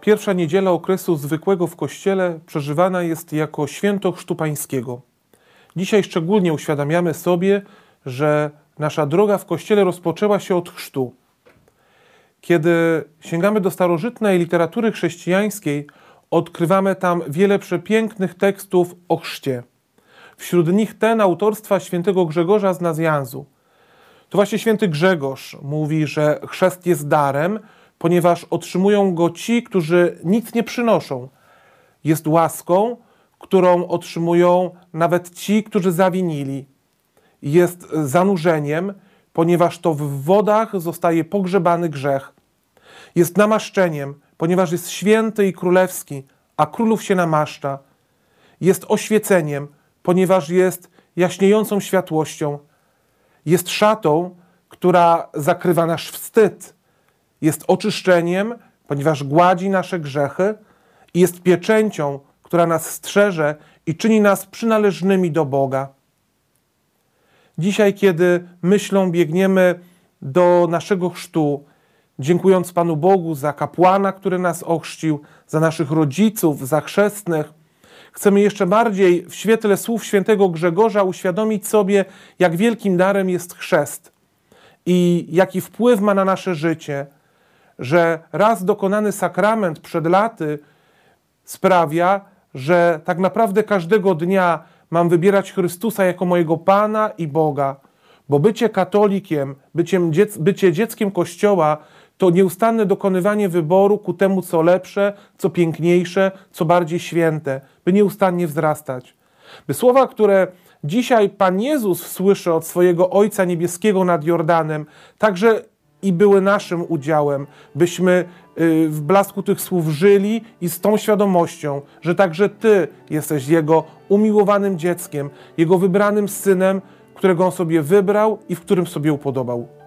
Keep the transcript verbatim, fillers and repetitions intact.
Pierwsza niedziela okresu zwykłego w Kościele przeżywana jest jako święto Chrztu Pańskiego. Dzisiaj szczególnie uświadamiamy sobie, że nasza droga w Kościele rozpoczęła się od chrztu. Kiedy sięgamy do starożytnej literatury chrześcijańskiej, odkrywamy tam wiele przepięknych tekstów o chrzcie. Wśród nich ten autorstwa świętego Grzegorza z Nazjanzu. To właśnie święty Grzegorz mówi, że chrzest jest darem, ponieważ otrzymują go ci, którzy nic nie przynoszą. Jest łaską, którą otrzymują nawet ci, którzy zawinili. Jest zanurzeniem, ponieważ to w wodach zostaje pogrzebany grzech. Jest namaszczeniem, ponieważ jest święty i królewski, a królów się namaszcza. Jest oświeceniem, ponieważ jest jaśniejącą światłością. Jest szatą, która zakrywa nasz wstyd. Jest oczyszczeniem, ponieważ gładzi nasze grzechy, i jest pieczęcią, która nas strzeże i czyni nas przynależnymi do Boga. Dzisiaj, kiedy myślą biegniemy do naszego chrztu, dziękując Panu Bogu za kapłana, który nas ochrzcił, za naszych rodziców, za chrzestnych, chcemy jeszcze bardziej w świetle słów świętego Grzegorza uświadomić sobie, jak wielkim darem jest chrzest i jaki wpływ ma na nasze życie, że raz dokonany sakrament przed laty sprawia, że tak naprawdę każdego dnia mam wybierać Chrystusa jako mojego Pana i Boga, bo bycie katolikiem, byciem dziec, bycie dzieckiem Kościoła to nieustanne dokonywanie wyboru ku temu, co lepsze, co piękniejsze, co bardziej święte, by nieustannie wzrastać. By słowa, które dzisiaj Pan Jezus słyszy od swojego Ojca Niebieskiego nad Jordanem, także i były naszym udziałem, byśmy w blasku tych słów żyli i z tą świadomością, że także Ty jesteś Jego umiłowanym dzieckiem, Jego wybranym Synem, którego On sobie wybrał i w którym sobie upodobał.